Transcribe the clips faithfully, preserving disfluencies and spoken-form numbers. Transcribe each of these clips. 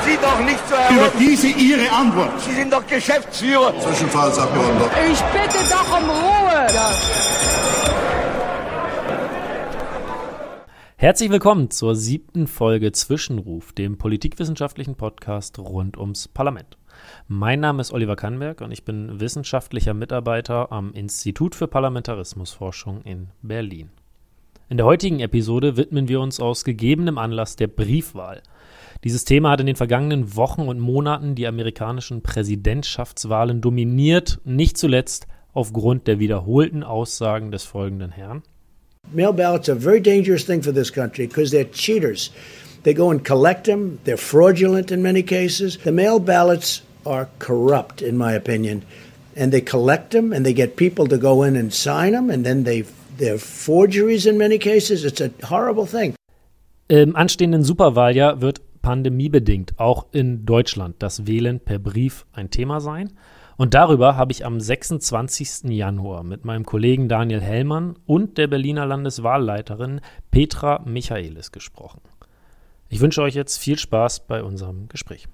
Sie doch nicht so herum. Über diese Ihre Antwort. Sie sind doch Geschäftsführer. Zwischenfallsabgeordneter. Ich bitte doch um Ruhe. Ja. Herzlich willkommen zur siebten Folge Zwischenruf, dem politikwissenschaftlichen Podcast rund ums Parlament. Mein Name ist Oliver Kannberg und ich bin wissenschaftlicher Mitarbeiter am Institut für Parlamentarismusforschung in Berlin. In der heutigen Episode widmen wir uns aus gegebenem Anlass der Briefwahl. Dieses Thema hat in den vergangenen Wochen und Monaten die amerikanischen Präsidentschaftswahlen dominiert, nicht zuletzt aufgrund der wiederholten Aussagen des folgenden Herrn. Mail ballots are a very dangerous thing for this country because they're cheaters. They go and collect them. They're fraudulent in many cases. The mail ballots are corrupt, in my opinion, and they collect them and they get people to go in and sign them, and then they they're forgeries in many cases. It's a horrible thing. Im anstehenden Superwahljahr wird pandemiebedingt auch in Deutschland das Wählen per Brief ein Thema sein. Und darüber habe ich am sechsundzwanzigsten Januar mit meinem Kollegen Daniel Hellmann und der Berliner Landeswahlleiterin Petra Michaelis gesprochen. Ich wünsche euch jetzt viel Spaß bei unserem Gespräch.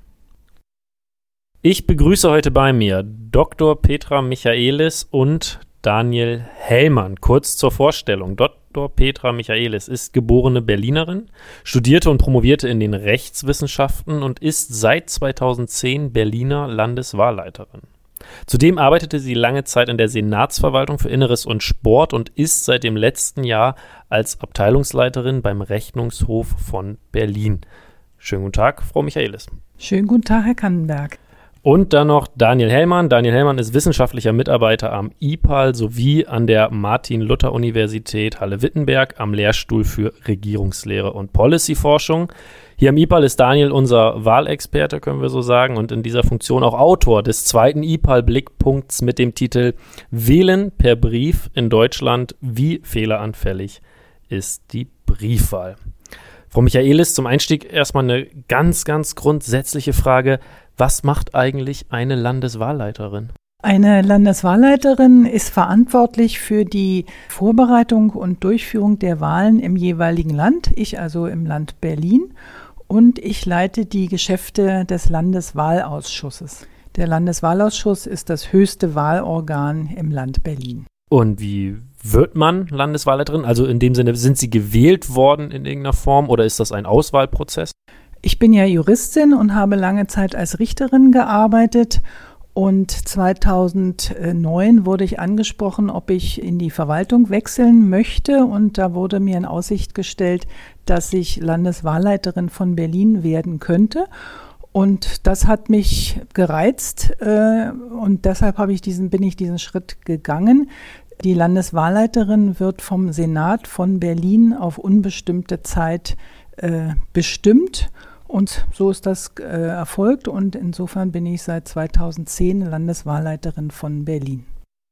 Ich begrüße heute bei mir Doktor Petra Michaelis und Daniel Hellmann. Kurz zur Vorstellung. Doktor Petra Michaelis ist geborene Berlinerin, studierte und promovierte in den Rechtswissenschaften und ist seit zweitausendzehn Berliner Landeswahlleiterin. Zudem arbeitete sie lange Zeit in der Senatsverwaltung für Inneres und Sport und ist seit dem letzten Jahr als Abteilungsleiterin beim Rechnungshof von Berlin. Schönen guten Tag, Frau Michaelis. Schönen guten Tag, Herr Kannenberg. Und dann noch Daniel Hellmann. Daniel Hellmann ist wissenschaftlicher Mitarbeiter am I P A L sowie an der Martin-Luther-Universität Halle-Wittenberg am Lehrstuhl für Regierungslehre und Policy-Forschung. Hier am I P A L ist Daniel unser Wahlexperte, können wir so sagen, und in dieser Funktion auch Autor des zweiten I P A L-Blickpunkts mit dem Titel Wählen per Brief in Deutschland, wie fehleranfällig ist die Briefwahl. Frau Michaelis, zum Einstieg erstmal eine ganz, ganz grundsätzliche Frage. Was macht eigentlich eine Landeswahlleiterin? Eine Landeswahlleiterin ist verantwortlich für die Vorbereitung und Durchführung der Wahlen im jeweiligen Land, ich also im Land Berlin, und ich leite die Geschäfte des Landeswahlausschusses. Der Landeswahlausschuss ist das höchste Wahlorgan im Land Berlin. Und wie wird man Landeswahlleiterin? Also in dem Sinne, sind Sie gewählt worden in irgendeiner Form oder ist das ein Auswahlprozess? Ich bin ja Juristin und habe lange Zeit als Richterin gearbeitet und zweitausendneun wurde ich angesprochen, ob ich in die Verwaltung wechseln möchte, und da wurde mir in Aussicht gestellt, dass ich Landeswahlleiterin von Berlin werden könnte. Und das hat mich gereizt äh, und deshalb habe ich diesen, bin ich diesen Schritt gegangen. Die Landeswahlleiterin wird vom Senat von Berlin auf unbestimmte Zeit äh, bestimmt. Und so ist das äh, erfolgt und insofern bin ich seit zweitausendzehn Landeswahlleiterin von Berlin.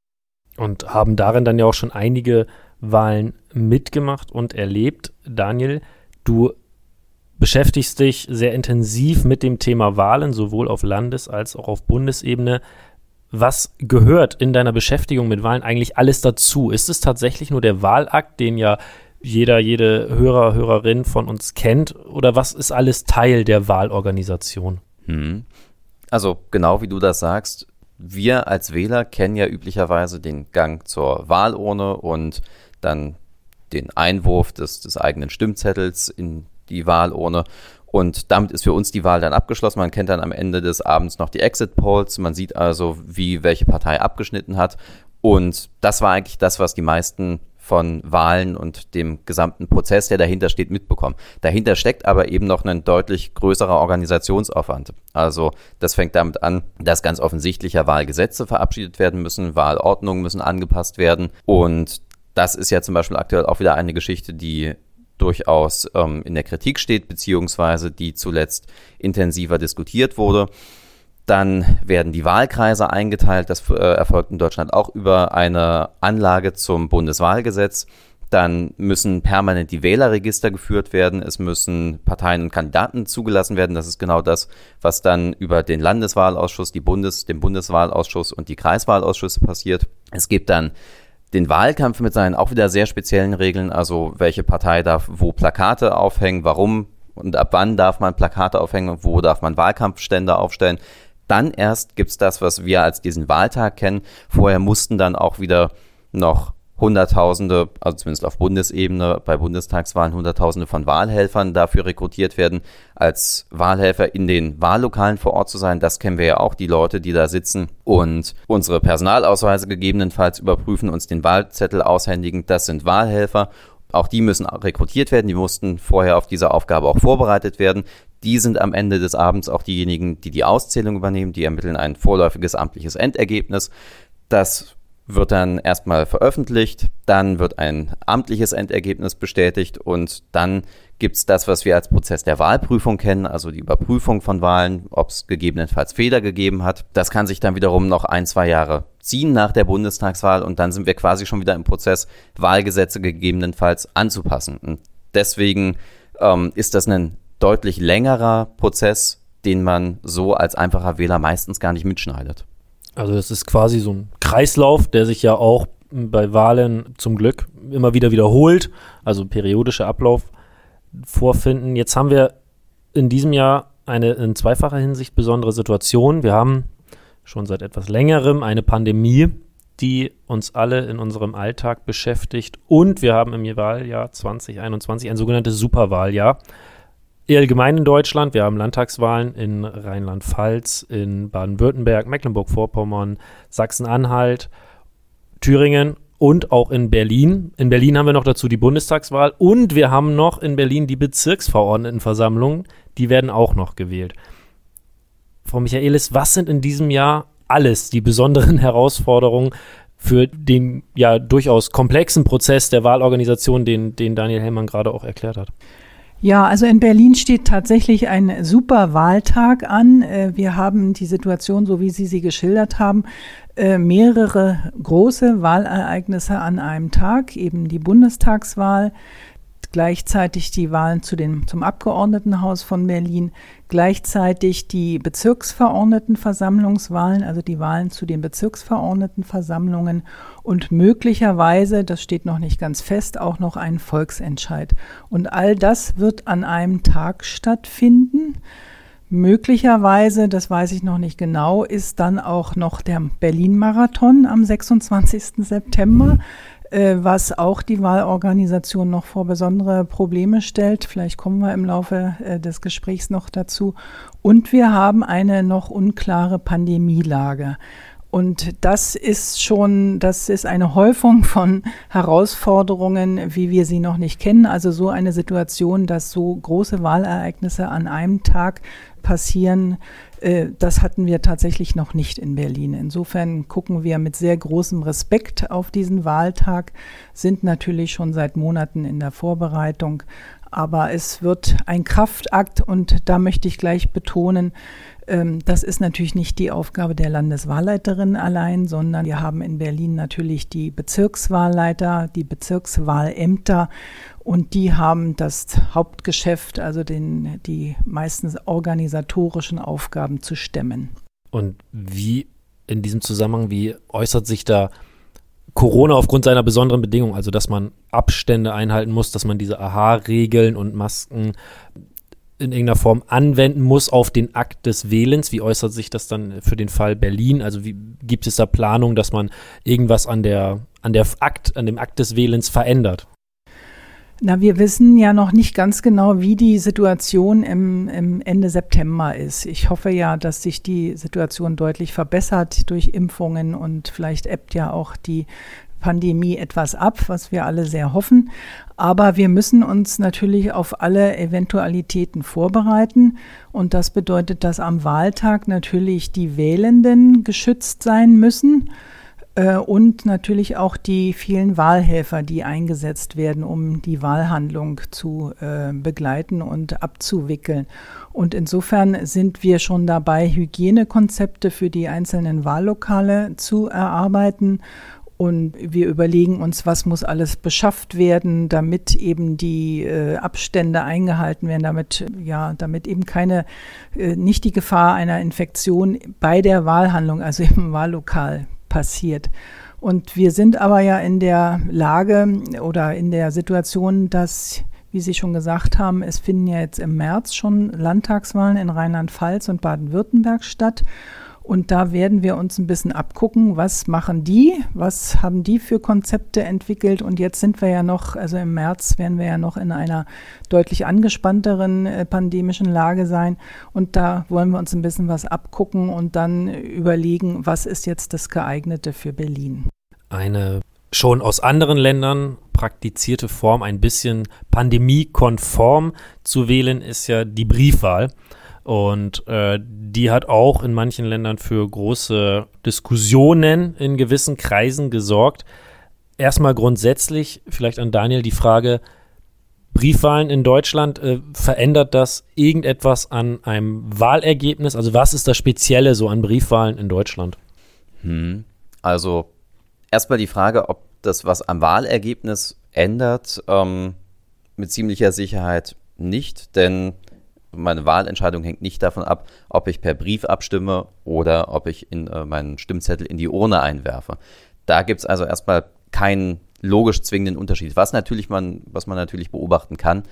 Und haben darin dann ja auch schon einige Wahlen mitgemacht und erlebt. Daniel, du beschäftigst dich sehr intensiv mit dem Thema Wahlen, sowohl auf Landes- als auch auf Bundesebene. Was gehört in deiner Beschäftigung mit Wahlen eigentlich alles dazu? Ist es tatsächlich nur der Wahlakt, den ja jeder, jede Hörer, Hörerin von uns kennt, oder was ist alles Teil der Wahlorganisation? Hm. Also genau wie du das sagst, wir als Wähler kennen ja üblicherweise den Gang zur Wahlurne und dann den Einwurf des, des eigenen Stimmzettels in die Wahlurne. Und damit ist für uns die Wahl dann abgeschlossen. Man kennt dann am Ende des Abends noch die Exit Polls. Man sieht also, wie welche Partei abgeschnitten hat. Und das war eigentlich das, was die meisten von Wahlen und dem gesamten Prozess, der dahinter steht, mitbekommen. Dahinter steckt aber eben noch ein deutlich größerer Organisationsaufwand. Also das fängt damit an, dass ganz offensichtlich ja Wahlgesetze verabschiedet werden müssen, Wahlordnungen müssen angepasst werden. Und das ist ja zum Beispiel aktuell auch wieder eine Geschichte, die durchaus ähm, in der Kritik steht, beziehungsweise die zuletzt intensiver diskutiert wurde. Dann werden die Wahlkreise eingeteilt. Das äh, erfolgt in Deutschland auch über eine Anlage zum Bundeswahlgesetz. Dann müssen permanent die Wählerregister geführt werden. Es müssen Parteien und Kandidaten zugelassen werden. Das ist genau das, was dann über den Landeswahlausschuss, die Bundes-, den Bundeswahlausschuss und die Kreiswahlausschüsse passiert. Es gibt dann den Wahlkampf mit seinen auch wieder sehr speziellen Regeln. Also welche Partei darf wo Plakate aufhängen, warum und ab wann darf man Plakate aufhängen und wo darf man Wahlkampfstände aufstellen. Dann erst gibt es das, was wir als diesen Wahltag kennen. Vorher mussten dann auch wieder noch Hunderttausende, also zumindest auf Bundesebene, bei Bundestagswahlen Hunderttausende von Wahlhelfern dafür rekrutiert werden, als Wahlhelfer in den Wahllokalen vor Ort zu sein. Das kennen wir ja auch, die Leute, die da sitzen und unsere Personalausweise gegebenenfalls überprüfen, uns den Wahlzettel aushändigen. Das sind Wahlhelfer. Auch die müssen rekrutiert werden. Die mussten vorher auf diese Aufgabe auch vorbereitet werden. Die sind am Ende des Abends auch diejenigen, die die Auszählung übernehmen. Die ermitteln ein vorläufiges amtliches Endergebnis. Das wird dann erstmal veröffentlicht, dann wird ein amtliches Endergebnis bestätigt und dann gibt es das, was wir als Prozess der Wahlprüfung kennen, also die Überprüfung von Wahlen, ob es gegebenenfalls Fehler gegeben hat. Das kann sich dann wiederum noch ein, zwei Jahre ziehen nach der Bundestagswahl und dann sind wir quasi schon wieder im Prozess, Wahlgesetze gegebenenfalls anzupassen. Und deswegen ähm, ist das ein deutlich längerer Prozess, den man so als einfacher Wähler meistens gar nicht mitschneidet. Also das ist quasi so ein Kreislauf, der sich ja auch bei Wahlen zum Glück immer wieder wiederholt, also periodischer Ablauf vorfinden. Jetzt haben wir in diesem Jahr eine in zweifacher Hinsicht besondere Situation. Wir haben schon seit etwas längerem eine Pandemie, die uns alle in unserem Alltag beschäftigt und wir haben im Wahljahr zwanzig einundzwanzig ein sogenanntes Superwahljahr. Allgemein in Deutschland, wir haben Landtagswahlen in Rheinland-Pfalz, in Baden-Württemberg, Mecklenburg-Vorpommern, Sachsen-Anhalt, Thüringen und auch in Berlin. In Berlin haben wir noch dazu die Bundestagswahl und wir haben noch in Berlin die Bezirksverordnetenversammlungen, die werden auch noch gewählt. Frau Michaelis, was sind in diesem Jahr alles die besonderen Herausforderungen für den ja durchaus komplexen Prozess der Wahlorganisation, den, den Daniel Hellmann gerade auch erklärt hat? Ja, also in Berlin steht tatsächlich ein super Wahltag an. Wir haben die Situation, so wie Sie sie geschildert haben, mehrere große Wahlereignisse an einem Tag, eben die Bundestagswahl, gleichzeitig die Wahlen zu den, zum Abgeordnetenhaus von Berlin, gleichzeitig die Bezirksverordnetenversammlungswahlen, also die Wahlen zu den Bezirksverordnetenversammlungen und möglicherweise, das steht noch nicht ganz fest, auch noch ein Volksentscheid. Und all das wird an einem Tag stattfinden. Möglicherweise, das weiß ich noch nicht genau, ist dann auch noch der Berlin-Marathon am sechsundzwanzigsten September, was auch die Wahlorganisation noch vor besondere Probleme stellt. Vielleicht kommen wir im Laufe des Gesprächs noch dazu. Und wir haben eine noch unklare Pandemielage. Und das ist schon, das ist eine Häufung von Herausforderungen, wie wir sie noch nicht kennen. Also so eine Situation, dass so große Wahlereignisse an einem Tag passieren, äh, das hatten wir tatsächlich noch nicht in Berlin. Insofern gucken wir mit sehr großem Respekt auf diesen Wahltag, sind natürlich schon seit Monaten in der Vorbereitung. Aber es wird ein Kraftakt und da möchte ich gleich betonen, ähm, das ist natürlich nicht die Aufgabe der Landeswahlleiterin allein, sondern wir haben in Berlin natürlich die Bezirkswahlleiter, die Bezirkswahlämter und die haben das Hauptgeschäft, also den, die meistens organisatorischen Aufgaben zu stemmen. Und wie in diesem Zusammenhang, wie äußert sich da Corona aufgrund seiner besonderen Bedingungen, also dass man Abstände einhalten muss, dass man diese A H-Regeln und Masken in irgendeiner Form anwenden muss auf den Akt des Wählens? Wie äußert sich das dann für den Fall Berlin? Also wie gibt es da Planung, dass man irgendwas an der, an der Akt, an dem Akt des Wählens verändert? Na, wir wissen ja noch nicht ganz genau, wie die Situation im, im Ende September ist. Ich hoffe ja, dass sich die Situation deutlich verbessert durch Impfungen und vielleicht ebbt ja auch die Pandemie etwas ab, was wir alle sehr hoffen. Aber wir müssen uns natürlich auf alle Eventualitäten vorbereiten. Und das bedeutet, dass am Wahltag natürlich die Wählenden geschützt sein müssen. Und natürlich auch die vielen Wahlhelfer, die eingesetzt werden, um die Wahlhandlung zu äh, begleiten und abzuwickeln. Und insofern sind wir schon dabei, Hygienekonzepte für die einzelnen Wahllokale zu erarbeiten. Und wir überlegen uns, was muss alles beschafft werden, damit eben die äh, Abstände eingehalten werden, damit, ja, damit eben keine, äh, nicht die Gefahr einer Infektion bei der Wahlhandlung, also im Wahllokal, passiert. Und wir sind aber ja in der Lage oder in der Situation, dass Wie Sie schon gesagt haben, es finden ja jetzt im März schon Landtagswahlen in Rheinland-Pfalz und Baden-Württemberg statt. Und da werden wir uns ein bisschen abgucken, was machen die, was haben die für Konzepte entwickelt. Und jetzt sind wir ja noch, also im März werden wir ja noch in einer deutlich angespannteren äh, pandemischen Lage sein. Und da wollen wir uns ein bisschen was abgucken und dann überlegen, was ist jetzt das Geeignete für Berlin. Eine schon aus anderen Ländern praktizierte Form, ein bisschen pandemiekonform zu wählen, ist ja die Briefwahl. Und äh, die hat auch in manchen Ländern für große Diskussionen in gewissen Kreisen gesorgt. Erstmal grundsätzlich, vielleicht an Daniel, die Frage, Briefwahlen in Deutschland, äh, verändert das irgendetwas an einem Wahlergebnis? Also was ist das Spezielle so an Briefwahlen in Deutschland? Hm. Also erstmal die Frage, ob das was am Wahlergebnis ändert, ähm, mit ziemlicher Sicherheit nicht, denn meine Wahlentscheidung hängt nicht davon ab, ob ich per Brief abstimme oder ob ich in, äh, meinen Stimmzettel in die Urne einwerfe. Da gibt es also erstmal keinen logisch zwingenden Unterschied. Was natürlich man, was man natürlich beobachten kann,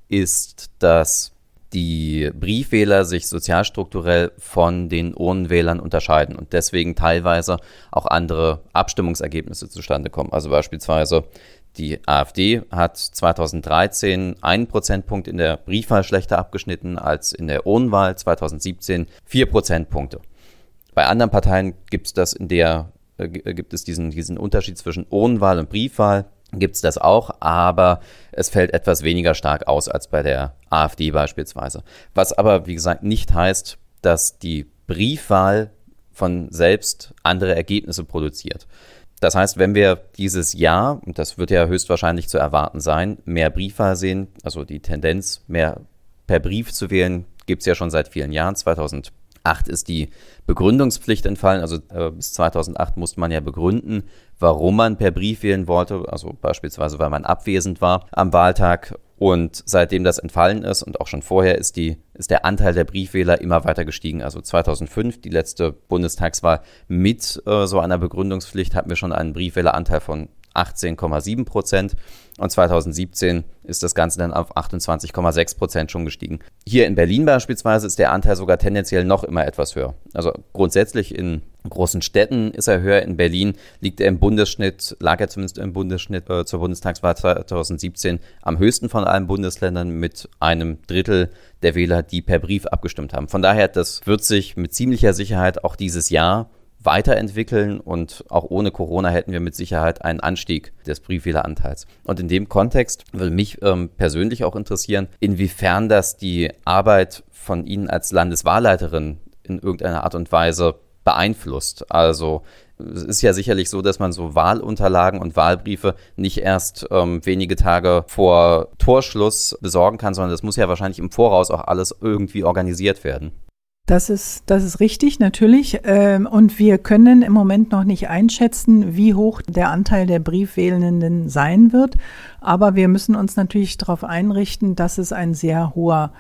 ist, dass die Briefwähler sich sozialstrukturell von den Urnenwählern unterscheiden und deswegen teilweise auch andere Abstimmungsergebnisse zustande kommen. Also beispielsweise die AfD hat zweitausenddreizehn einen Prozentpunkt in der Briefwahl schlechter abgeschnitten als in der Urnenwahl, zweitausendsiebzehn vier Prozentpunkte. Bei anderen Parteien gibt es das in der, äh, gibt es diesen, diesen Unterschied zwischen Urnenwahl und Briefwahl, gibt es das auch, aber es fällt etwas weniger stark aus als bei der AfD beispielsweise. Was aber, wie gesagt, nicht heißt, dass die Briefwahl von selbst andere Ergebnisse produziert. Das heißt, wenn wir dieses Jahr, und das wird ja höchstwahrscheinlich zu erwarten sein, mehr Briefwahl sehen, also die Tendenz, mehr per Brief zu wählen, gibt es ja schon seit vielen Jahren. zweitausendacht ist die Begründungspflicht entfallen, also äh, bis zweitausendacht musste man ja begründen, warum man per Brief wählen wollte, also beispielsweise, weil man abwesend war am Wahltag. Und seitdem das entfallen ist und auch schon vorher ist, die, ist der Anteil der Briefwähler immer weiter gestiegen. Also zweitausendfünf, die letzte Bundestagswahl mit äh, so einer Begründungspflicht, hatten wir schon einen Briefwähleranteil von achtzehn Komma sieben Prozent und zweitausendsiebzehn ist das Ganze dann auf achtundzwanzig Komma sechs Prozent schon gestiegen. Hier in Berlin beispielsweise ist der Anteil sogar tendenziell noch immer etwas höher. Also grundsätzlich in großen Städten ist er höher. In Berlin liegt er im Bundesschnitt, lag er zumindest im Bundesschnitt äh, zur Bundestagswahl zweitausendsiebzehn am höchsten von allen Bundesländern mit einem Drittel der Wähler, die per Brief abgestimmt haben. Von daher, das wird sich mit ziemlicher Sicherheit auch dieses Jahr weiterentwickeln und auch ohne Corona hätten wir mit Sicherheit einen Anstieg des Briefwähleranteils. Und in dem Kontext würde mich ähm, persönlich auch interessieren, inwiefern das die Arbeit von Ihnen als Landeswahlleiterin in irgendeiner Art und Weise beeinflusst. Also es ist ja sicherlich so, dass man so Wahlunterlagen und Wahlbriefe nicht erst ähm, wenige Tage vor Torschluss besorgen kann, sondern das muss ja wahrscheinlich im Voraus auch alles irgendwie organisiert werden. Das ist, das ist richtig, natürlich. Und wir können im Moment noch nicht einschätzen, wie hoch der Anteil der Briefwählenden sein wird. Aber wir müssen uns natürlich darauf einrichten, dass es ein sehr hoher,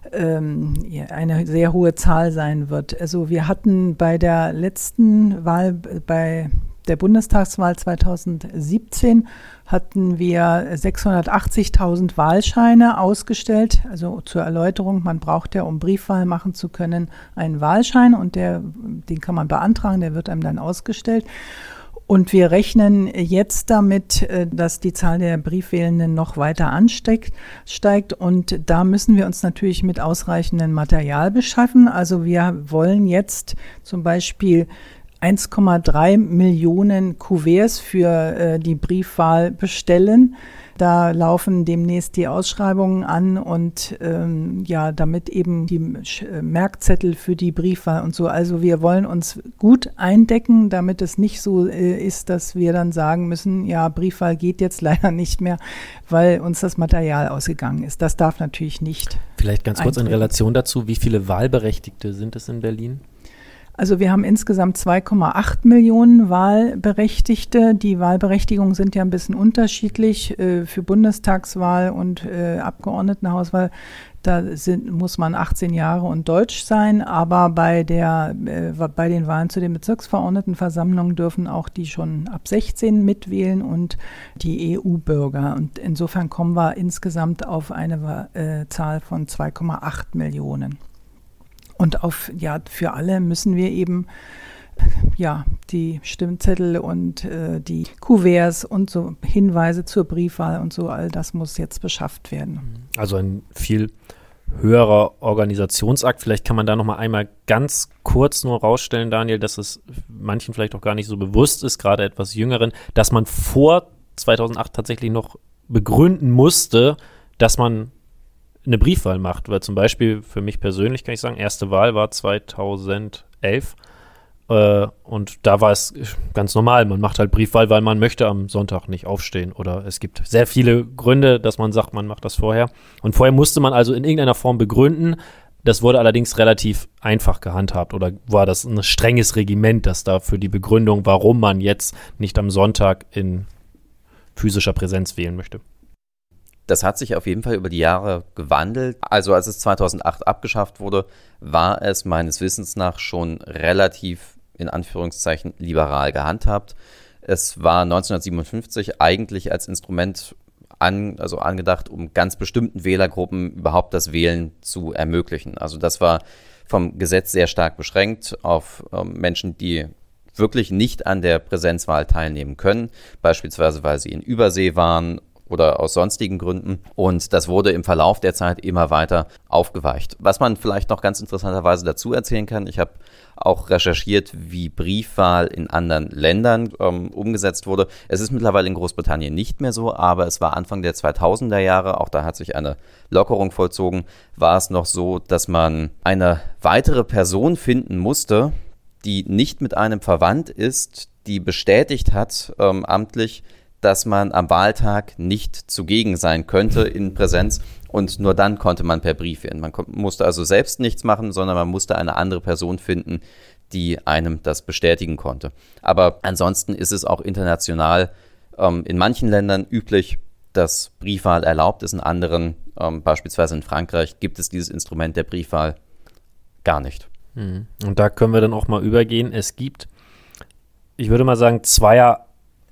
eine sehr hohe Zahl sein wird. Also wir hatten bei der letzten Wahl, bei der Bundestagswahl zweitausendsiebzehn hatten wir sechshundertachtzigtausend Wahlscheine ausgestellt. Also zur Erläuterung, man braucht ja, um Briefwahl machen zu können, einen Wahlschein und der, den kann man beantragen, der wird einem dann ausgestellt. Und wir rechnen jetzt damit, dass die Zahl der Briefwählenden noch weiter ansteigt, steigt. Und da müssen wir uns natürlich mit ausreichendem Material beschaffen. Also wir wollen jetzt zum Beispiel eins Komma drei Millionen Kuverts für äh, die Briefwahl bestellen. Da laufen demnächst die Ausschreibungen an und ähm, ja, damit eben die äh, Merkzettel für die Briefwahl und so. Also wir wollen uns gut eindecken, damit es nicht so äh, ist, dass wir dann sagen müssen, ja, Briefwahl geht jetzt leider nicht mehr, weil uns das Material ausgegangen ist. Das darf natürlich nicht. Vielleicht ganz kurz eintreten. in Relation dazu, wie viele Wahlberechtigte sind es in Berlin? Also wir haben insgesamt zwei Komma acht Millionen Wahlberechtigte. Die Wahlberechtigungen sind ja ein bisschen unterschiedlich. Für Bundestagswahl und Abgeordnetenhauswahl Da sind, muss man achtzehn Jahre und deutsch sein, aber bei, der, äh, bei den Wahlen zu den Bezirksverordnetenversammlungen dürfen auch die schon ab sechzehn mitwählen und die E U-Bürger. Und insofern kommen wir insgesamt auf eine äh, Zahl von zwei Komma acht Millionen. Und auf, ja, für alle müssen wir eben ja, die Stimmzettel und äh, die Kuverts und so Hinweise zur Briefwahl und so, all das muss jetzt beschafft werden. Also ein viel höherer Organisationsakt. Vielleicht kann man da noch mal einmal ganz kurz nur rausstellen, Daniel, dass es manchen vielleicht auch gar nicht so bewusst ist, gerade etwas Jüngeren, dass man vor zweitausendacht tatsächlich noch begründen musste, dass man eine Briefwahl macht. Weil zum Beispiel für mich persönlich kann ich sagen, erste Wahl war zweitausendelf. Und da war es ganz normal, man macht halt Briefwahl, weil man möchte am Sonntag nicht aufstehen oder es gibt sehr viele Gründe, dass man sagt, man macht das vorher. Und vorher musste man also in irgendeiner Form begründen, das wurde allerdings relativ einfach gehandhabt oder war das ein strenges Regiment, das da für die Begründung, warum man jetzt nicht am Sonntag in physischer Präsenz wählen möchte. Das hat sich auf jeden Fall über die Jahre gewandelt. Also als es zweitausendacht abgeschafft wurde, war es meines Wissens nach schon relativ, in Anführungszeichen, liberal gehandhabt. Es war neunzehnhundertsiebenundfünfzig eigentlich als Instrument an, also angedacht, um ganz bestimmten Wählergruppen überhaupt das Wählen zu ermöglichen. Also das war vom Gesetz sehr stark beschränkt auf ähm, Menschen, die wirklich nicht an der Präsenzwahl teilnehmen können, beispielsweise weil sie in Übersee waren oder aus sonstigen Gründen. Und das wurde im Verlauf der Zeit immer weiter aufgeweicht. Was man vielleicht noch ganz interessanterweise dazu erzählen kann, ich habe auch recherchiert, wie Briefwahl in anderen Ländern ähm, umgesetzt wurde. Es ist mittlerweile in Großbritannien nicht mehr so, aber es war Anfang der zweitausender Jahre, auch da hat sich eine Lockerung vollzogen, war es noch so, dass man eine weitere Person finden musste, die nicht mit einem verwandt ist, die bestätigt hat, ähm, amtlich, dass man am Wahltag nicht zugegen sein könnte in Präsenz und nur dann konnte man per Brief wählen. Man musste also selbst nichts machen, sondern man musste eine andere Person finden, die einem das bestätigen konnte. Aber ansonsten ist es auch international ähm, in manchen Ländern üblich, dass Briefwahl erlaubt ist. In anderen, ähm, beispielsweise in Frankreich, gibt es dieses Instrument der Briefwahl gar nicht. Und da können wir dann auch mal übergehen. Es gibt, ich würde mal sagen, zweier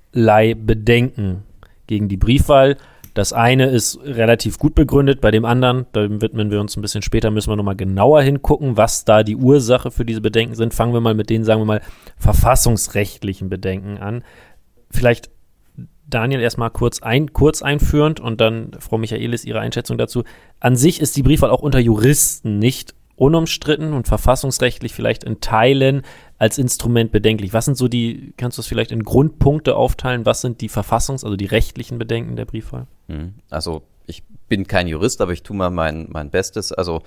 Bedenken gegen die Briefwahl. Das eine ist relativ gut begründet, bei dem anderen, da widmen wir uns ein bisschen später, müssen wir nochmal genauer hingucken, was da die Ursache für diese Bedenken sind. Fangen wir mal mit den, sagen wir mal, verfassungsrechtlichen Bedenken an. Vielleicht, Daniel, erstmal kurz, ein, kurz einführend und dann, Frau Michaelis, Ihre Einschätzung dazu. An sich ist die Briefwahl auch unter Juristen nicht unumstritten und verfassungsrechtlich vielleicht in Teilen als Instrument bedenklich. Was sind so die, kannst du es vielleicht in Grundpunkte aufteilen, was sind die Verfassungs-, also die rechtlichen Bedenken der Briefwahl? Also ich bin kein Jurist, aber ich tue mal mein, mein Bestes. Also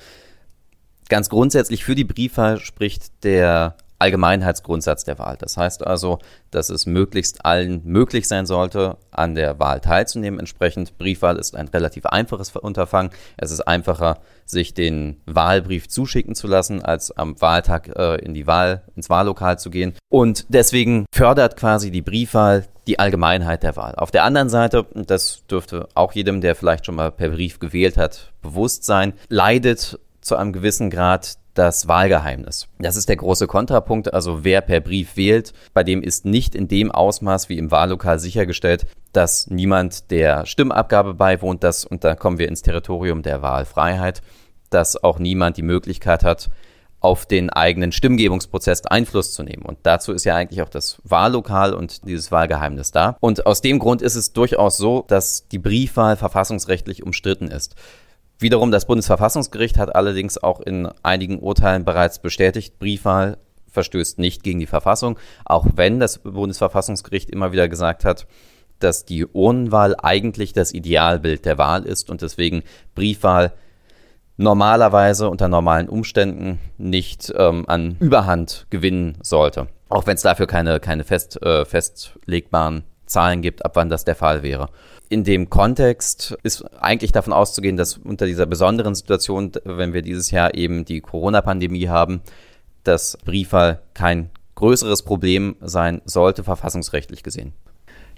ganz grundsätzlich für die Briefwahl spricht der Allgemeinheitsgrundsatz der Wahl. Das heißt also, dass es möglichst allen möglich sein sollte, an der Wahl teilzunehmen. Entsprechend, Briefwahl ist ein relativ einfaches Unterfangen. Es ist einfacher, sich den Wahlbrief zuschicken zu lassen, als am Wahltag äh, in die Wahl, ins Wahllokal zu gehen. Und deswegen fördert quasi die Briefwahl die Allgemeinheit der Wahl. Auf der anderen Seite, und das dürfte auch jedem, der vielleicht schon mal per Brief gewählt hat, bewusst sein, leidet zu einem gewissen Grad das Wahlgeheimnis. Das ist der große Kontrapunkt, also wer per Brief wählt, bei dem ist nicht in dem Ausmaß wie im Wahllokal sichergestellt, dass niemand der Stimmabgabe beiwohnt, dass, und da kommen wir ins Territorium der Wahlfreiheit, dass auch niemand die Möglichkeit hat, auf den eigenen Stimmgebungsprozess Einfluss zu nehmen. Und dazu ist ja eigentlich auch das Wahllokal und dieses Wahlgeheimnis da. Und aus dem Grund ist es durchaus so, dass die Briefwahl verfassungsrechtlich umstritten ist. Wiederum, das Bundesverfassungsgericht hat allerdings auch in einigen Urteilen bereits bestätigt, Briefwahl verstößt nicht gegen die Verfassung, auch wenn das Bundesverfassungsgericht immer wieder gesagt hat, dass die Urnenwahl eigentlich das Idealbild der Wahl ist und deswegen Briefwahl normalerweise unter normalen Umständen nicht ähm, an Überhand gewinnen sollte. Auch wenn es dafür keine, keine fest, äh, festlegbaren Zahlen gibt, ab wann das der Fall wäre. In dem Kontext ist eigentlich davon auszugehen, dass unter dieser besonderen Situation, wenn wir dieses Jahr eben die Corona-Pandemie haben, dass Briefwahl kein größeres Problem sein sollte, verfassungsrechtlich gesehen.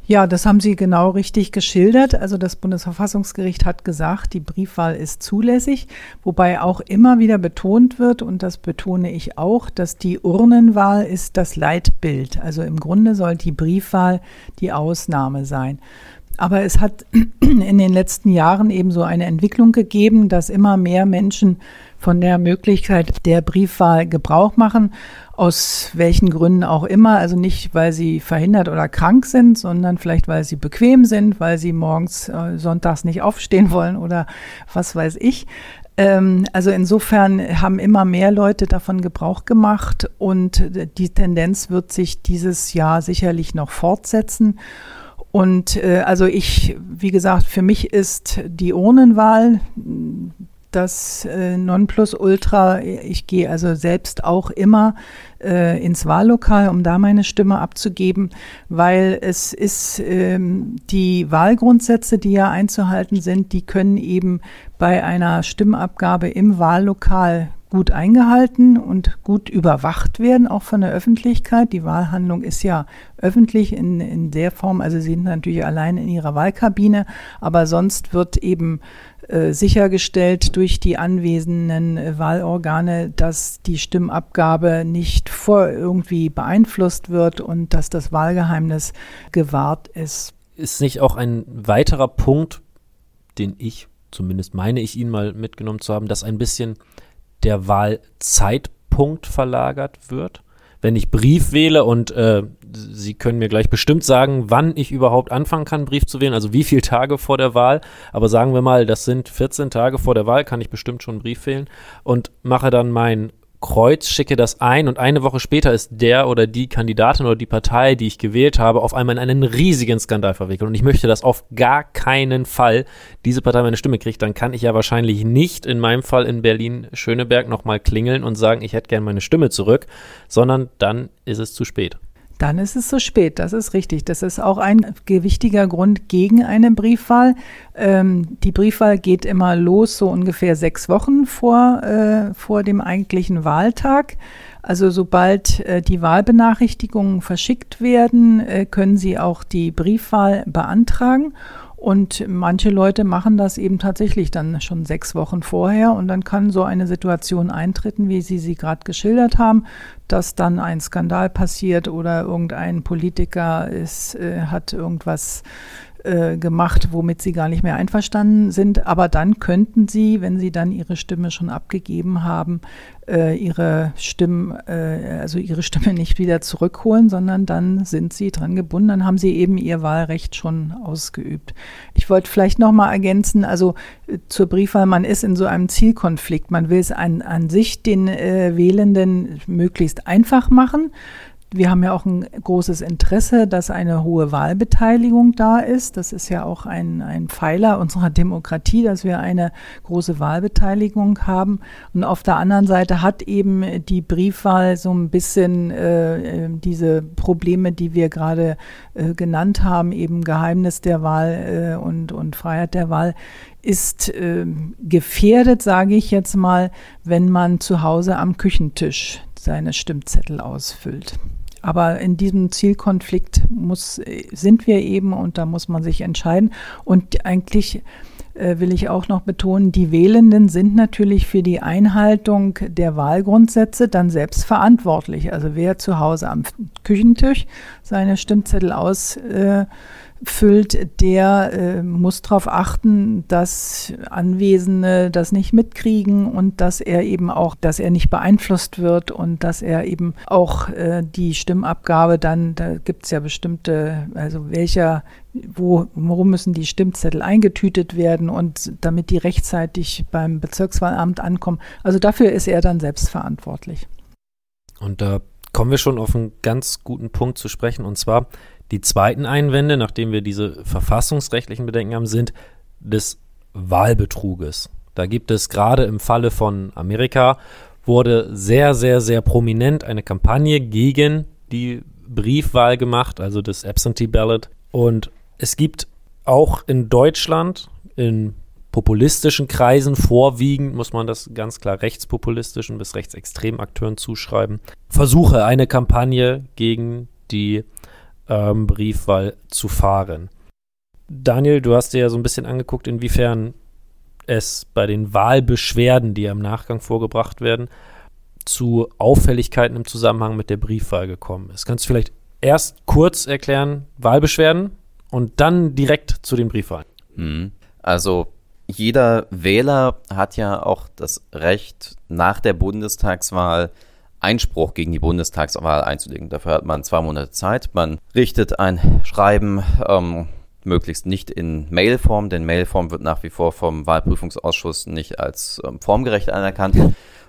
Ja, das haben Sie genau richtig geschildert. Also das Bundesverfassungsgericht hat gesagt, die Briefwahl ist zulässig, wobei auch immer wieder betont wird, und das betone ich auch, dass die Urnenwahl ist das Leitbild. Also im Grunde soll die Briefwahl die Ausnahme sein. Aber es hat in den letzten Jahren eben so eine Entwicklung gegeben, dass immer mehr Menschen von der Möglichkeit der Briefwahl Gebrauch machen, aus welchen Gründen auch immer. Also nicht, weil sie verhindert oder krank sind, sondern vielleicht, weil sie bequem sind, weil sie morgens äh, sonntags nicht aufstehen wollen oder was weiß ich. Ähm, also insofern haben immer mehr Leute davon Gebrauch gemacht und die Tendenz wird sich dieses Jahr sicherlich noch fortsetzen. Und äh, also ich, wie gesagt, für mich ist die Urnenwahl das äh, Nonplusultra. Ich gehe also selbst auch immer äh, ins Wahllokal, um da meine Stimme abzugeben, weil es ist ähm, die Wahlgrundsätze, die ja einzuhalten sind, die können eben bei einer Stimmabgabe im Wahllokal gut eingehalten und gut überwacht werden, auch von der Öffentlichkeit. Die Wahlhandlung ist ja öffentlich in, in der Form, also Sie sind natürlich allein in Ihrer Wahlkabine, aber sonst wird eben äh, sichergestellt durch die anwesenden äh, Wahlorgane, dass die Stimmabgabe nicht vor irgendwie beeinflusst wird und dass das Wahlgeheimnis gewahrt ist. Ist nicht auch ein weiterer Punkt, den ich, zumindest meine ich ihn mal mitgenommen zu haben, dass ein bisschen der Wahlzeitpunkt verlagert wird? Wenn ich Brief wähle und äh, Sie können mir gleich bestimmt sagen, wann ich überhaupt anfangen kann, Brief zu wählen, also wie viele Tage vor der Wahl, aber sagen wir mal, das sind vierzehn Tage vor der Wahl, kann ich bestimmt schon einen Brief wählen und mache dann mein Kreuz, schicke das ein und eine Woche später ist der oder die Kandidatin oder die Partei, die ich gewählt habe, auf einmal in einen riesigen Skandal verwickelt und ich möchte, dass auf gar keinen Fall diese Partei meine Stimme kriegt, dann kann ich ja wahrscheinlich nicht in meinem Fall in Berlin-Schöneberg nochmal klingeln und sagen, ich hätte gerne meine Stimme zurück, sondern dann ist es zu spät. Dann ist es zu spät, das ist richtig. Das ist auch ein gewichtiger Grund gegen eine Briefwahl. Ähm, die Briefwahl geht immer los, so ungefähr sechs Wochen vor, äh, vor dem eigentlichen Wahltag. Also sobald äh, die Wahlbenachrichtigungen verschickt werden, äh, können Sie auch die Briefwahl beantragen. Und manche Leute machen das eben tatsächlich dann schon sechs Wochen vorher und dann kann so eine Situation eintreten, wie Sie sie gerade geschildert haben, dass dann ein Skandal passiert oder irgendein Politiker ist, äh, hat irgendwas äh, gemacht, womit Sie gar nicht mehr einverstanden sind. Aber dann könnten Sie, wenn Sie dann Ihre Stimme schon abgegeben haben, äh, Ihre Stimmen, äh, also Ihre Stimme nicht wieder zurückholen, sondern dann sind Sie dran gebunden. Dann haben Sie eben Ihr Wahlrecht schon ausgeübt. Ich wollte vielleicht noch mal ergänzen, also äh, zur Briefwahl, man ist in so einem Zielkonflikt. Man will es an, an sich den äh, Wählenden möglichst einfach machen. Wir haben ja auch ein großes Interesse, dass eine hohe Wahlbeteiligung da ist. Das ist ja auch ein, ein Pfeiler unserer Demokratie, dass wir eine große Wahlbeteiligung haben. Und auf der anderen Seite hat eben die Briefwahl so ein bisschen äh, diese Probleme, die wir gerade äh, genannt haben, eben Geheimnis der Wahl äh, und, und Freiheit der Wahl, ist äh, gefährdet, sage ich jetzt mal, wenn man zu Hause am Küchentisch seine Stimmzettel ausfüllt. Aber in diesem Zielkonflikt muss, sind wir eben und da muss man sich entscheiden. Und eigentlich äh, will ich auch noch betonen, die Wählenden sind natürlich für die Einhaltung der Wahlgrundsätze dann selbst verantwortlich. Also wer zu Hause am Küchentisch seine Stimmzettel ausfüllt, der äh, muss darauf achten, dass Anwesende das nicht mitkriegen und dass er eben auch, dass er nicht beeinflusst wird und dass er eben auch äh, die Stimmabgabe dann, da gibt es ja bestimmte, also welcher, wo, wo müssen die Stimmzettel eingetütet werden und damit die rechtzeitig beim Bezirkswahlamt ankommen. Also dafür ist er dann selbst verantwortlich. Und da kommen wir schon auf einen ganz guten Punkt zu sprechen und zwar die zweiten Einwände, nachdem wir diese verfassungsrechtlichen Bedenken haben, sind des Wahlbetruges. Da gibt es gerade im Falle von Amerika, wurde sehr, sehr, sehr prominent eine Kampagne gegen die Briefwahl gemacht, also das Absentee Ballot. Und es gibt auch in Deutschland, in populistischen Kreisen vorwiegend, muss man das ganz klar rechtspopulistischen bis rechtsextremen Akteuren zuschreiben, Versuche, eine Kampagne gegen die ähm, Briefwahl zu fahren. Daniel, du hast dir ja so ein bisschen angeguckt, inwiefern es bei den Wahlbeschwerden, die ja im Nachgang vorgebracht werden, zu Auffälligkeiten im Zusammenhang mit der Briefwahl gekommen ist. Kannst du vielleicht erst kurz erklären, Wahlbeschwerden und dann direkt zu den Briefwahlen? Hm. Also jeder Wähler hat ja auch das Recht, nach der Bundestagswahl Einspruch gegen die Bundestagswahl einzulegen. Dafür hat man zwei Monate Zeit. Man richtet ein Schreiben, ähm, möglichst nicht in Mailform, denn Mailform wird nach wie vor vom Wahlprüfungsausschuss nicht als ähm, formgerecht anerkannt.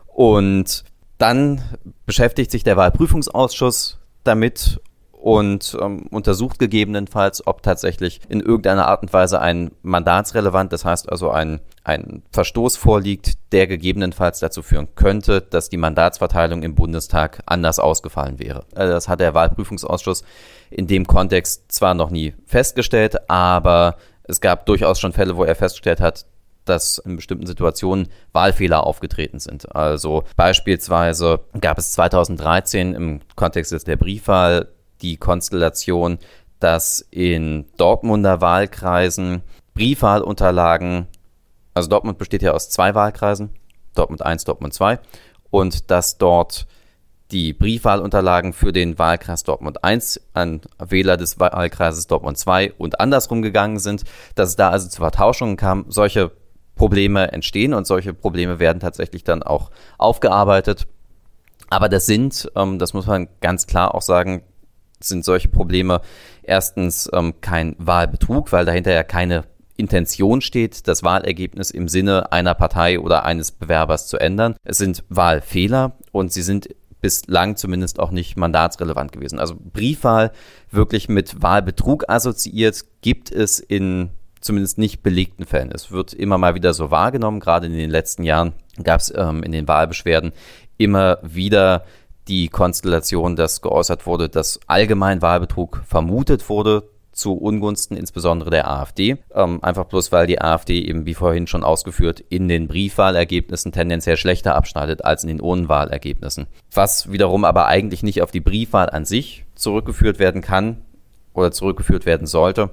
Und dann beschäftigt sich der Wahlprüfungsausschuss damit und ähm, untersucht gegebenenfalls, ob tatsächlich in irgendeiner Art und Weise ein mandatsrelevant, das heißt also ein, ein Verstoß vorliegt, der gegebenenfalls dazu führen könnte, dass die Mandatsverteilung im Bundestag anders ausgefallen wäre. Also das hat der Wahlprüfungsausschuss in dem Kontext zwar noch nie festgestellt, aber es gab durchaus schon Fälle, wo er festgestellt hat, dass in bestimmten Situationen Wahlfehler aufgetreten sind. Also beispielsweise gab es zweitausenddreizehn im Kontext der Briefwahl die Konstellation, dass in Dortmunder Wahlkreisen Briefwahlunterlagen, also Dortmund besteht ja aus zwei Wahlkreisen, Dortmund eins, Dortmund zwei, und dass dort die Briefwahlunterlagen für den Wahlkreis Dortmund eins an Wähler des Wahlkreises Dortmund zwei und andersrum gegangen sind, dass es da also zu Vertauschungen kam. Solche Probleme entstehen und solche Probleme werden tatsächlich dann auch aufgearbeitet. Aber das sind, ähm, das muss man ganz klar auch sagen, sind solche Probleme erstens ähm, kein Wahlbetrug, weil dahinter ja keine Intention steht, das Wahlergebnis im Sinne einer Partei oder eines Bewerbers zu ändern. Es sind Wahlfehler und sie sind bislang zumindest auch nicht mandatsrelevant gewesen. Also Briefwahl wirklich mit Wahlbetrug assoziiert, gibt es in zumindest nicht belegten Fällen. Es wird immer mal wieder so wahrgenommen. Gerade in den letzten Jahren gab es ähm, in den Wahlbeschwerden immer wieder die Konstellation, dass geäußert wurde, dass allgemein Wahlbetrug vermutet wurde zu Ungunsten insbesondere der AfD. Ähm, einfach bloß, weil die AfD eben, wie vorhin schon ausgeführt, in den Briefwahlergebnissen tendenziell schlechter abschneidet als in den Urnenwahlergebnissen. Was wiederum aber eigentlich nicht auf die Briefwahl an sich zurückgeführt werden kann oder zurückgeführt werden sollte.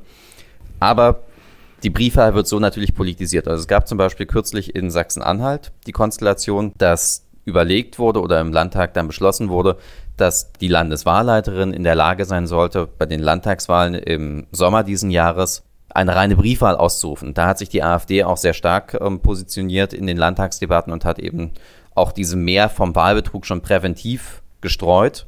Aber die Briefwahl wird so natürlich politisiert. Also es gab zum Beispiel kürzlich in Sachsen-Anhalt die Konstellation, dass überlegt wurde oder im Landtag dann beschlossen wurde, dass die Landeswahlleiterin in der Lage sein sollte, bei den Landtagswahlen im Sommer diesen Jahres eine reine Briefwahl auszurufen. Da hat sich die AfD auch sehr stark ähm, positioniert in den Landtagsdebatten und hat eben auch diese Mehr vom Wahlbetrug schon präventiv gestreut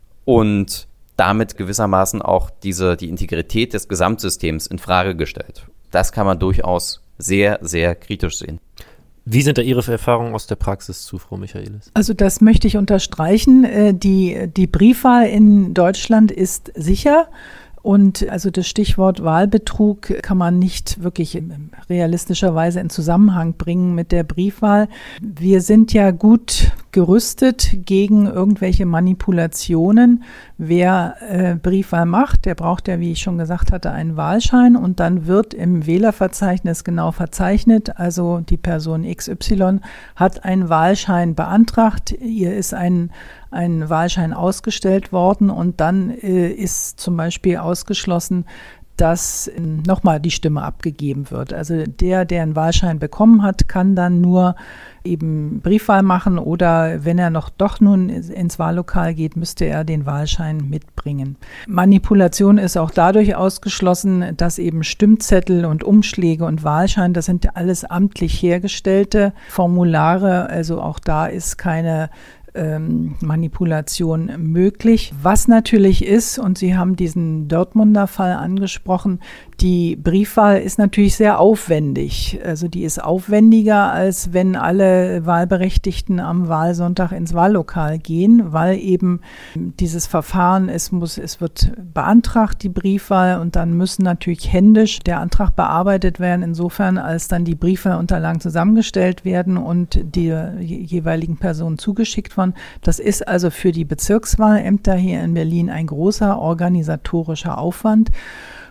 und damit gewissermaßen auch diese, die Integrität des Gesamtsystems in Frage gestellt. Das kann man durchaus sehr, sehr kritisch sehen. Wie sind da Ihre Erfahrungen aus der Praxis zu, Frau Michaelis? Also das möchte ich unterstreichen. Die, die Briefwahl in Deutschland ist sicher. Und also das Stichwort Wahlbetrug kann man nicht wirklich realistischerweise in Zusammenhang bringen mit der Briefwahl. Wir sind ja gut gerüstet gegen irgendwelche Manipulationen. Wer äh, Briefwahl macht, der braucht ja, wie ich schon gesagt hatte, einen Wahlschein und dann wird im Wählerverzeichnis genau verzeichnet. Also die Person X Y hat einen Wahlschein beantragt, ihr ist ein ein Wahlschein ausgestellt worden und dann äh, ist zum Beispiel ausgeschlossen, dass äh, nochmal die Stimme abgegeben wird. Also der, der einen Wahlschein bekommen hat, kann dann nur eben Briefwahl machen oder wenn er noch doch nun ins Wahllokal geht, müsste er den Wahlschein mitbringen. Manipulation ist auch dadurch ausgeschlossen, dass eben Stimmzettel und Umschläge und Wahlschein, das sind alles amtlich hergestellte Formulare, also auch da ist keine Ähm, Manipulation möglich. Was natürlich ist, und Sie haben diesen Dortmunder Fall angesprochen, die Briefwahl ist natürlich sehr aufwendig. Also die ist aufwendiger, als wenn alle Wahlberechtigten am Wahlsonntag ins Wahllokal gehen, weil eben dieses Verfahren, es muss, es wird beantragt, die Briefwahl, und dann müssen natürlich händisch der Antrag bearbeitet werden, insofern als dann die Briefwahlunterlagen zusammengestellt werden und die jeweiligen Personen zugeschickt werden. Das ist also für die Bezirkswahlämter hier in Berlin ein großer organisatorischer Aufwand.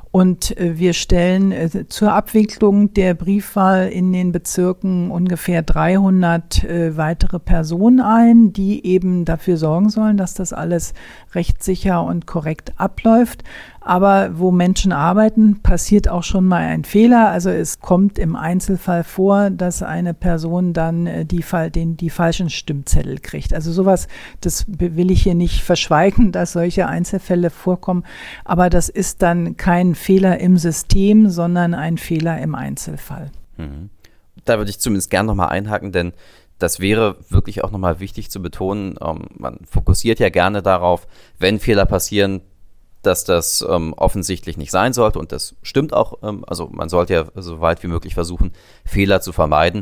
Und wir stellen zur Abwicklung der Briefwahl in den Bezirken ungefähr dreihundert weitere Personen ein, die eben dafür sorgen sollen, dass das alles rechtssicher und korrekt abläuft. Aber wo Menschen arbeiten, passiert auch schon mal ein Fehler. Also es kommt im Einzelfall vor, dass eine Person dann die, den, die falschen Stimmzettel kriegt. Also sowas, das will ich hier nicht verschweigen, dass solche Einzelfälle vorkommen. Aber das ist dann kein Fehler im System, sondern ein Fehler im Einzelfall. Mhm. Da würde ich zumindest gerne nochmal einhaken, denn das wäre wirklich auch nochmal wichtig zu betonen. Ähm, man fokussiert ja gerne darauf, wenn Fehler passieren, dass das ähm, offensichtlich nicht sein sollte, und das stimmt auch. Ähm, also man sollte ja so weit wie möglich versuchen, Fehler zu vermeiden,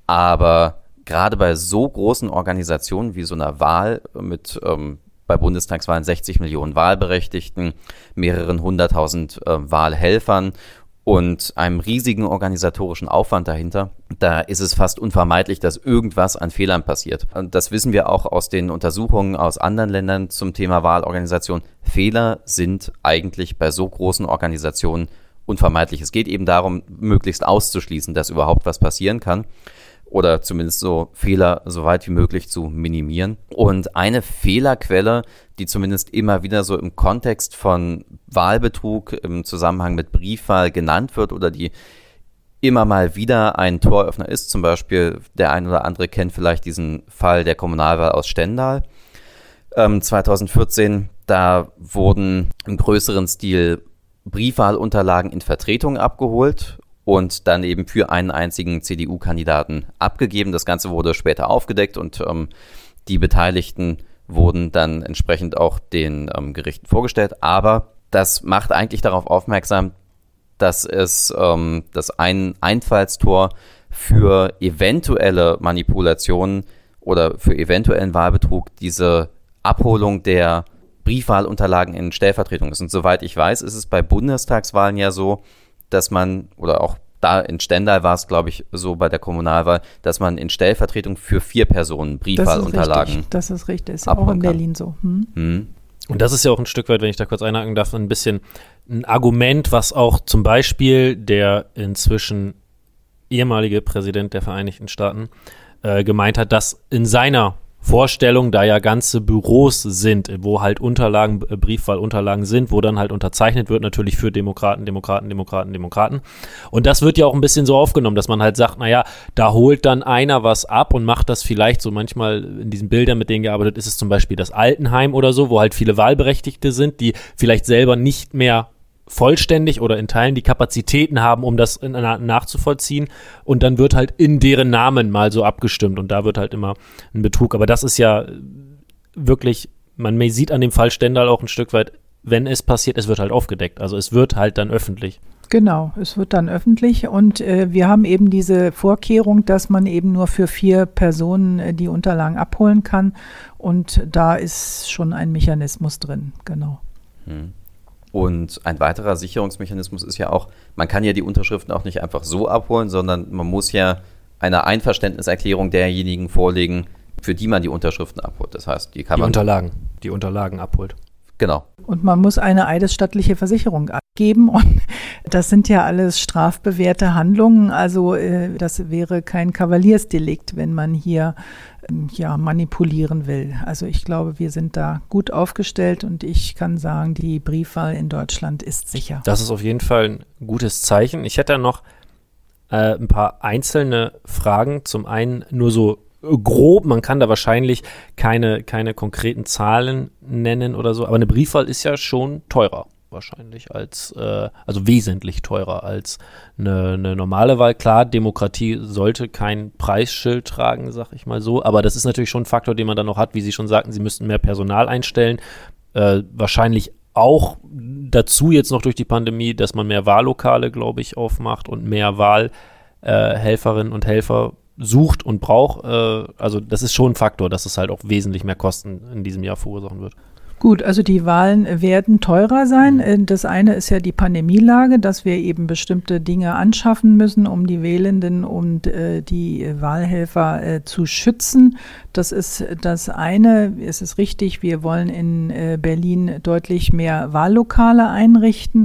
aber gerade bei so großen Organisationen wie so einer Wahl mit ähm, bei Bundestagswahlen sechzig Millionen Wahlberechtigten, mehreren hunderttausend äh, Wahlhelfern und einem riesigen organisatorischen Aufwand dahinter, da ist es fast unvermeidlich, dass irgendwas an Fehlern passiert. Und das wissen wir auch aus den Untersuchungen aus anderen Ländern zum Thema Wahlorganisation. Fehler sind eigentlich bei so großen Organisationen unvermeidlich. Es geht eben darum, möglichst auszuschließen, dass überhaupt was passieren kann, oder zumindest so Fehler so weit wie möglich zu minimieren. Und eine Fehlerquelle, die zumindest immer wieder so im Kontext von Wahlbetrug im Zusammenhang mit Briefwahl genannt wird oder die immer mal wieder ein Toröffner ist, zum Beispiel der ein oder andere kennt vielleicht diesen Fall der Kommunalwahl aus Stendal ähm, zweitausendvierzehn. Da wurden im größeren Stil Briefwahlunterlagen in Vertretungen abgeholt und dann eben für einen einzigen C D U-Kandidaten abgegeben. Das Ganze wurde später aufgedeckt und ähm, die Beteiligten wurden dann entsprechend auch den ähm, Gerichten vorgestellt. Aber das macht eigentlich darauf aufmerksam, dass es ähm, das ein Einfallstor für eventuelle Manipulationen oder für eventuellen Wahlbetrug diese Abholung der Briefwahlunterlagen in Stellvertretung ist. Und soweit ich weiß, ist es bei Bundestagswahlen ja so, dass man, oder auch da in Stendal war es, glaube ich, so bei der Kommunalwahl, dass man in Stellvertretung für vier Personen Briefwahlunterlagen Das ist richtig, das ist auch in Berlin so. Hm? Hm. Und das ist ja auch ein Stück weit, wenn ich da kurz einhaken darf, ein bisschen ein Argument, was auch zum Beispiel der inzwischen ehemalige Präsident der Vereinigten Staaten äh, gemeint hat, dass in seiner Vorstellung, da ja ganze Büros sind, wo halt Unterlagen, Briefwahlunterlagen sind, wo dann halt unterzeichnet wird, natürlich für Demokraten, Demokraten, Demokraten, Demokraten. Und das wird ja auch ein bisschen so aufgenommen, dass man halt sagt, naja, da holt dann einer was ab und macht das vielleicht so manchmal in diesen Bildern, mit denen gearbeitet ist, es zum Beispiel das Altenheim oder so, wo halt viele Wahlberechtigte sind, die vielleicht selber nicht mehr vollständig oder in Teilen die Kapazitäten haben, um das nachzuvollziehen, und dann wird halt in deren Namen mal so abgestimmt und da wird halt immer ein Betrug. Aber das ist ja wirklich, man sieht an dem Fall Stendal auch ein Stück weit, wenn es passiert, es wird halt aufgedeckt. Also es wird halt dann öffentlich. Genau, es wird dann öffentlich und äh, wir haben eben diese Vorkehrung, dass man eben nur für vier Personen äh, die Unterlagen abholen kann, und da ist schon ein Mechanismus drin, genau. Hm. Und ein weiterer Sicherungsmechanismus ist ja auch, man kann ja die Unterschriften auch nicht einfach so abholen, sondern man muss ja eine Einverständniserklärung derjenigen vorlegen, für die man die Unterschriften abholt. Das heißt, die kann die man... Unterlagen, die Unterlagen abholt. Genau. Und man muss eine eidesstattliche Versicherung abgeben, und das sind ja alles strafbewährte Handlungen. Also äh, das wäre kein Kavaliersdelikt, wenn man hier ähm, ja, manipulieren will. Also ich glaube, wir sind da gut aufgestellt und ich kann sagen, die Briefwahl in Deutschland ist sicher. Das ist auf jeden Fall ein gutes Zeichen. Ich hätte da noch äh, ein paar einzelne Fragen. Zum einen nur so grob, man kann da wahrscheinlich keine, keine konkreten Zahlen nennen oder so, aber eine Briefwahl ist ja schon teurer wahrscheinlich als, äh, also wesentlich teurer als eine, eine normale Wahl. Klar, Demokratie sollte kein Preisschild tragen, sag ich mal so, aber das ist natürlich schon ein Faktor, den man dann noch hat, wie Sie schon sagten, Sie müssten mehr Personal einstellen, äh, wahrscheinlich auch dazu jetzt noch durch die Pandemie, dass man mehr Wahllokale, glaube ich, aufmacht und mehr Wahlhelferinnen äh, und Helfer sucht und braucht, äh, also das ist schon ein Faktor, dass es halt auch wesentlich mehr Kosten in diesem Jahr verursachen wird. Gut, also die Wahlen werden teurer sein. Das eine ist ja die Pandemielage, dass wir eben bestimmte Dinge anschaffen müssen, um die Wählenden und äh, die Wahlhelfer äh, zu schützen. Das ist das eine. Es ist richtig, wir wollen in äh, Berlin deutlich mehr Wahllokale einrichten.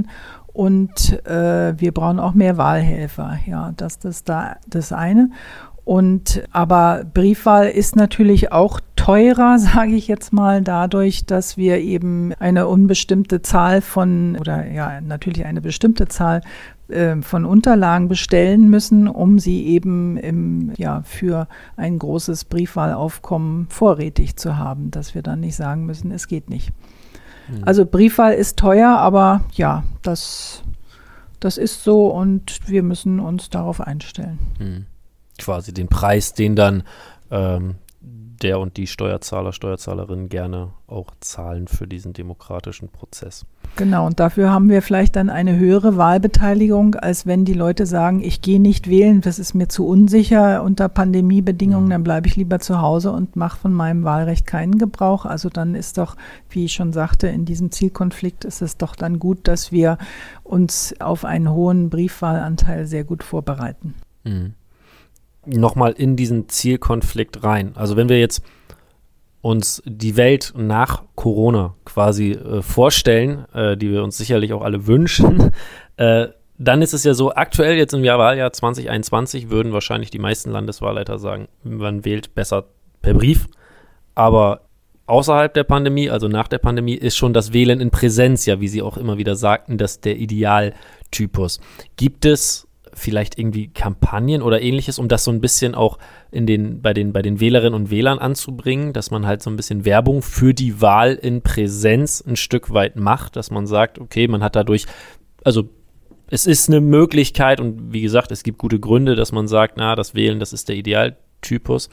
Und äh, wir brauchen auch mehr Wahlhelfer. Ja, das ist da das eine. Und aber Briefwahl ist natürlich auch teurer, sage ich jetzt mal, dadurch, dass wir eben eine unbestimmte Zahl von, oder ja, natürlich eine bestimmte Zahl äh, von Unterlagen bestellen müssen, um sie eben im, ja, für ein großes Briefwahlaufkommen vorrätig zu haben, dass wir dann nicht sagen müssen, es geht nicht. Mhm. Also Briefwahl ist teuer, aber ja, das, das ist so und wir müssen uns darauf einstellen. Mhm. Quasi den Preis, den dann ähm, der und die Steuerzahler, Steuerzahlerinnen gerne auch zahlen für diesen demokratischen Prozess. Genau, und dafür haben wir vielleicht dann eine höhere Wahlbeteiligung, als wenn die Leute sagen, ich gehe nicht wählen, das ist mir zu unsicher unter Pandemiebedingungen, dann bleibe ich lieber zu Hause und mache von meinem Wahlrecht keinen Gebrauch. Also dann ist doch, wie ich schon sagte, in diesem Zielkonflikt ist es doch dann gut, dass wir uns auf einen hohen Briefwahlanteil sehr gut vorbereiten. Mhm. Nochmal in diesen Zielkonflikt rein. Also wenn wir jetzt uns die Welt nach Corona quasi äh, vorstellen, äh, die wir uns sicherlich auch alle wünschen, äh, dann ist es ja so, aktuell jetzt im Jahr Wahljahr zwanzig einundzwanzig würden wahrscheinlich die meisten Landeswahlleiter sagen, man wählt besser per Brief. Aber außerhalb der Pandemie, also nach der Pandemie, ist schon das Wählen in Präsenz, ja, wie Sie auch immer wieder sagten, das der Idealtypus. Gibt es vielleicht irgendwie Kampagnen oder Ähnliches, um das so ein bisschen auch in den, bei den, bei den Wählerinnen und Wählern anzubringen, dass man halt so ein bisschen Werbung für die Wahl in Präsenz ein Stück weit macht, dass man sagt, okay, man hat dadurch, also es ist eine Möglichkeit und wie gesagt, es gibt gute Gründe, dass man sagt, na, das Wählen, das ist der Idealtypus,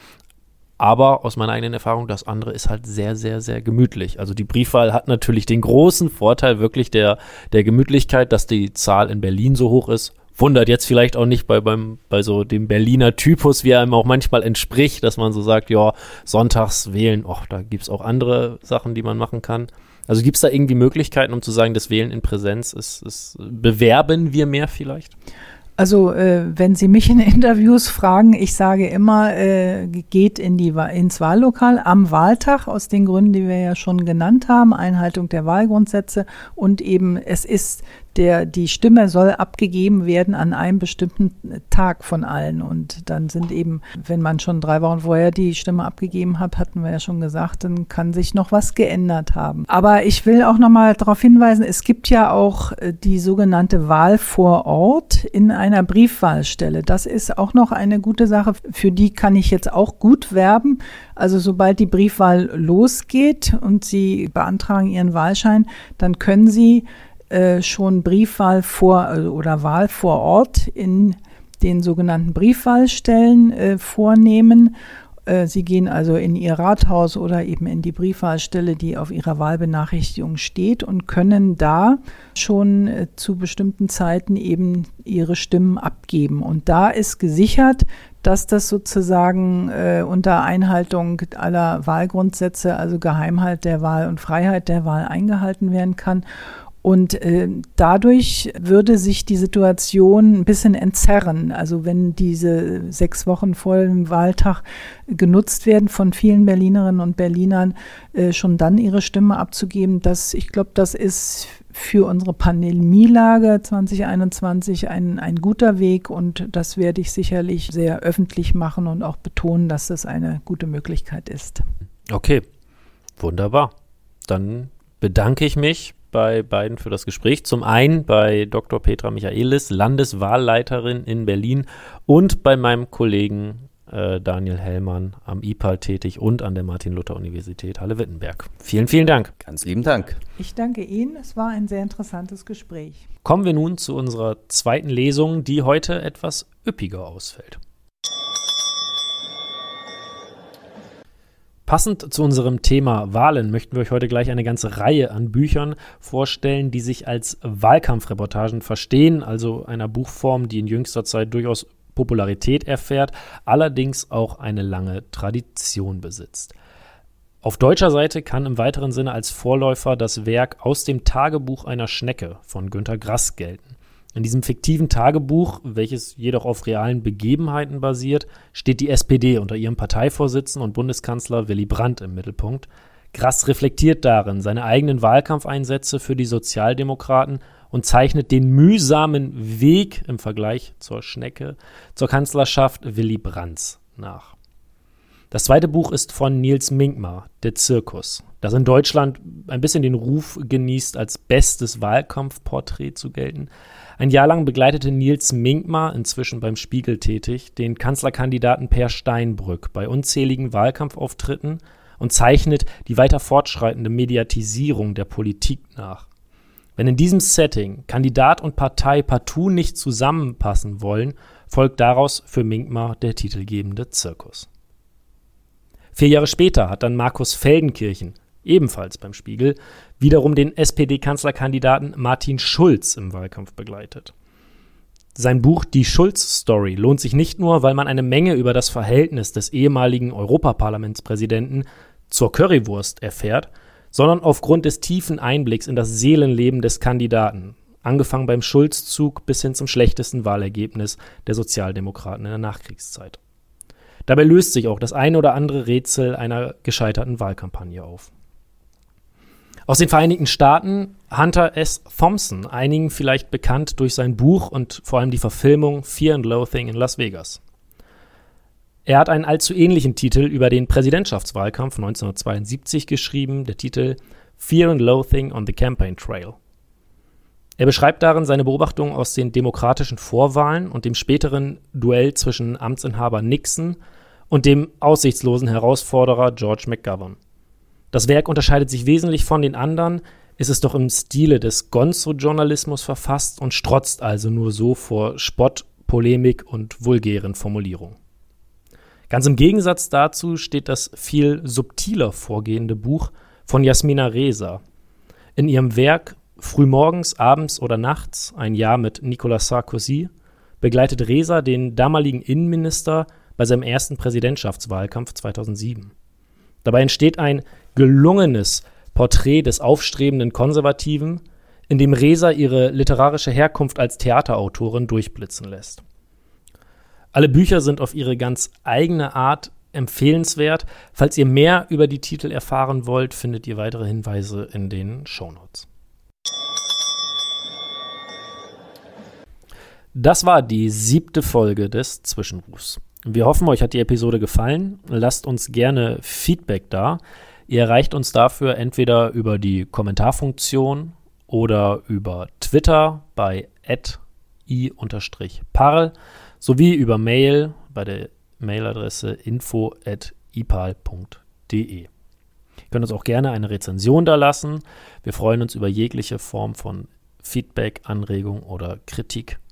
aber aus meiner eigenen Erfahrung, das andere ist halt sehr, sehr, sehr gemütlich. Also die Briefwahl hat natürlich den großen Vorteil wirklich der, der Gemütlichkeit, dass die Zahl in Berlin so hoch ist. Wundert jetzt vielleicht auch nicht bei, beim, bei so dem Berliner Typus, wie er einem auch manchmal entspricht, dass man so sagt, ja, sonntags wählen, och, da gibt es auch andere Sachen, die man machen kann. Also gibt es da irgendwie Möglichkeiten, um zu sagen, das Wählen in Präsenz ist, ist bewerben wir mehr vielleicht? Also äh, wenn Sie mich in Interviews fragen, ich sage immer, äh, geht in die, ins Wahllokal am Wahltag, aus den Gründen, die wir ja schon genannt haben, Einhaltung der Wahlgrundsätze und eben es ist Der, die Stimme soll abgegeben werden an einem bestimmten Tag von allen. Und dann sind eben, wenn man schon drei Wochen vorher die Stimme abgegeben hat, hatten wir ja schon gesagt, dann kann sich noch was geändert haben. Aber ich will auch noch mal darauf hinweisen, es gibt ja auch die sogenannte Wahl vor Ort in einer Briefwahlstelle. Das ist auch noch eine gute Sache. Für die kann ich jetzt auch gut werben. Also sobald die Briefwahl losgeht und Sie beantragen Ihren Wahlschein, dann können Sie Äh, schon Briefwahl vor also, oder Wahl vor Ort in den sogenannten Briefwahlstellen äh, vornehmen. Äh, Sie gehen also in Ihr Rathaus oder eben in die Briefwahlstelle, die auf Ihrer Wahlbenachrichtigung steht und können da schon äh, zu bestimmten Zeiten eben Ihre Stimmen abgeben. Und da ist gesichert, dass das sozusagen äh, unter Einhaltung aller Wahlgrundsätze, also Geheimheit der Wahl und Freiheit der Wahl eingehalten werden kann. Und äh, dadurch würde sich die Situation ein bisschen entzerren. Also wenn diese sechs Wochen vor dem Wahltag genutzt werden von vielen Berlinerinnen und Berlinern, äh, schon dann ihre Stimme abzugeben, das, ich glaube, das ist für unsere Pandemielage zwanzig einundzwanzig ein, ein guter Weg. Und das werde ich sicherlich sehr öffentlich machen und auch betonen, dass das eine gute Möglichkeit ist. Okay, wunderbar. Dann bedanke ich mich bei beiden für das Gespräch. Zum einen bei Doktor Petra Michaelis, Landeswahlleiterin in Berlin und bei meinem Kollegen äh, Daniel Hellmann am I P A L tätig und an der Martin-Luther-Universität Halle-Wittenberg. Vielen, vielen Dank. Ganz lieben Dank. Ich danke Ihnen. Es war ein sehr interessantes Gespräch. Kommen wir nun zu unserer zweiten Lesung, die heute etwas üppiger ausfällt. Passend zu unserem Thema Wahlen möchten wir euch heute gleich eine ganze Reihe an Büchern vorstellen, die sich als Wahlkampfreportagen verstehen, also einer Buchform, die in jüngster Zeit durchaus Popularität erfährt, allerdings auch eine lange Tradition besitzt. Auf deutscher Seite kann im weiteren Sinne als Vorläufer das Werk Aus dem Tagebuch einer Schnecke von Günter Grass gelten. In diesem fiktiven Tagebuch, welches jedoch auf realen Begebenheiten basiert, steht die S P D unter ihrem Parteivorsitzenden und Bundeskanzler Willy Brandt im Mittelpunkt. Grass reflektiert darin seine eigenen Wahlkampfeinsätze für die Sozialdemokraten und zeichnet den mühsamen Weg im Vergleich zur Schnecke zur Kanzlerschaft Willy Brandts nach. Das zweite Buch ist von Nils Minkmar, Der Zirkus, das in Deutschland ein bisschen den Ruf genießt, als bestes Wahlkampfporträt zu gelten. Ein Jahr lang begleitete Nils Minkmar, inzwischen beim Spiegel tätig, den Kanzlerkandidaten Per Steinbrück bei unzähligen Wahlkampfauftritten und zeichnet die weiter fortschreitende Mediatisierung der Politik nach. Wenn in diesem Setting Kandidat und Partei partout nicht zusammenpassen wollen, folgt daraus für Minkmar der titelgebende Zirkus. Vier Jahre später hat dann Markus Feldenkirchen, ebenfalls beim Spiegel, wiederum den S P D-Kanzlerkandidaten Martin Schulz im Wahlkampf begleitet. Sein Buch Die Schulz-Story lohnt sich nicht nur, weil man eine Menge über das Verhältnis des ehemaligen Europaparlamentspräsidenten zur Currywurst erfährt, sondern aufgrund des tiefen Einblicks in das Seelenleben des Kandidaten, angefangen beim Schulz-Zug bis hin zum schlechtesten Wahlergebnis der Sozialdemokraten in der Nachkriegszeit. Dabei löst sich auch das eine oder andere Rätsel einer gescheiterten Wahlkampagne auf. Aus den Vereinigten Staaten Hunter S. Thompson, einigen vielleicht bekannt durch sein Buch und vor allem die Verfilmung Fear and Loathing in Las Vegas. Er hat einen allzu ähnlichen Titel über den Präsidentschaftswahlkampf neunzehnhundertzweiundsiebzig geschrieben, der Titel Fear and Loathing on the Campaign Trail. Er beschreibt darin seine Beobachtungen aus den demokratischen Vorwahlen und dem späteren Duell zwischen Amtsinhaber Nixon und dem aussichtslosen Herausforderer George McGovern. Das Werk unterscheidet sich wesentlich von den anderen, ist es doch im Stile des Gonzo-Journalismus verfasst und strotzt also nur so vor Spott, Polemik und vulgären Formulierungen. Ganz im Gegensatz dazu steht das viel subtiler vorgehende Buch von Yasmina Reza. In ihrem Werk Frühmorgens, abends oder nachts, ein Jahr mit Nicolas Sarkozy, begleitet Reza den damaligen Innenminister bei seinem ersten Präsidentschaftswahlkampf zweitausendsieben. Dabei entsteht ein gelungenes Porträt des aufstrebenden Konservativen, in dem Reza ihre literarische Herkunft als Theaterautorin durchblitzen lässt. Alle Bücher sind auf ihre ganz eigene Art empfehlenswert. Falls ihr mehr über die Titel erfahren wollt, findet ihr weitere Hinweise in den Shownotes. Das war die siebte Folge des Zwischenrufs. Wir hoffen, euch hat die Episode gefallen. Lasst uns gerne Feedback da. Ihr erreicht uns dafür entweder über die Kommentarfunktion oder über Twitter bei at i parl sowie über Mail bei der Mailadresse info at ipal punkt de. Ihr könnt uns auch gerne eine Rezension da lassen. Wir freuen uns über jegliche Form von Feedback, Anregung oder Kritik.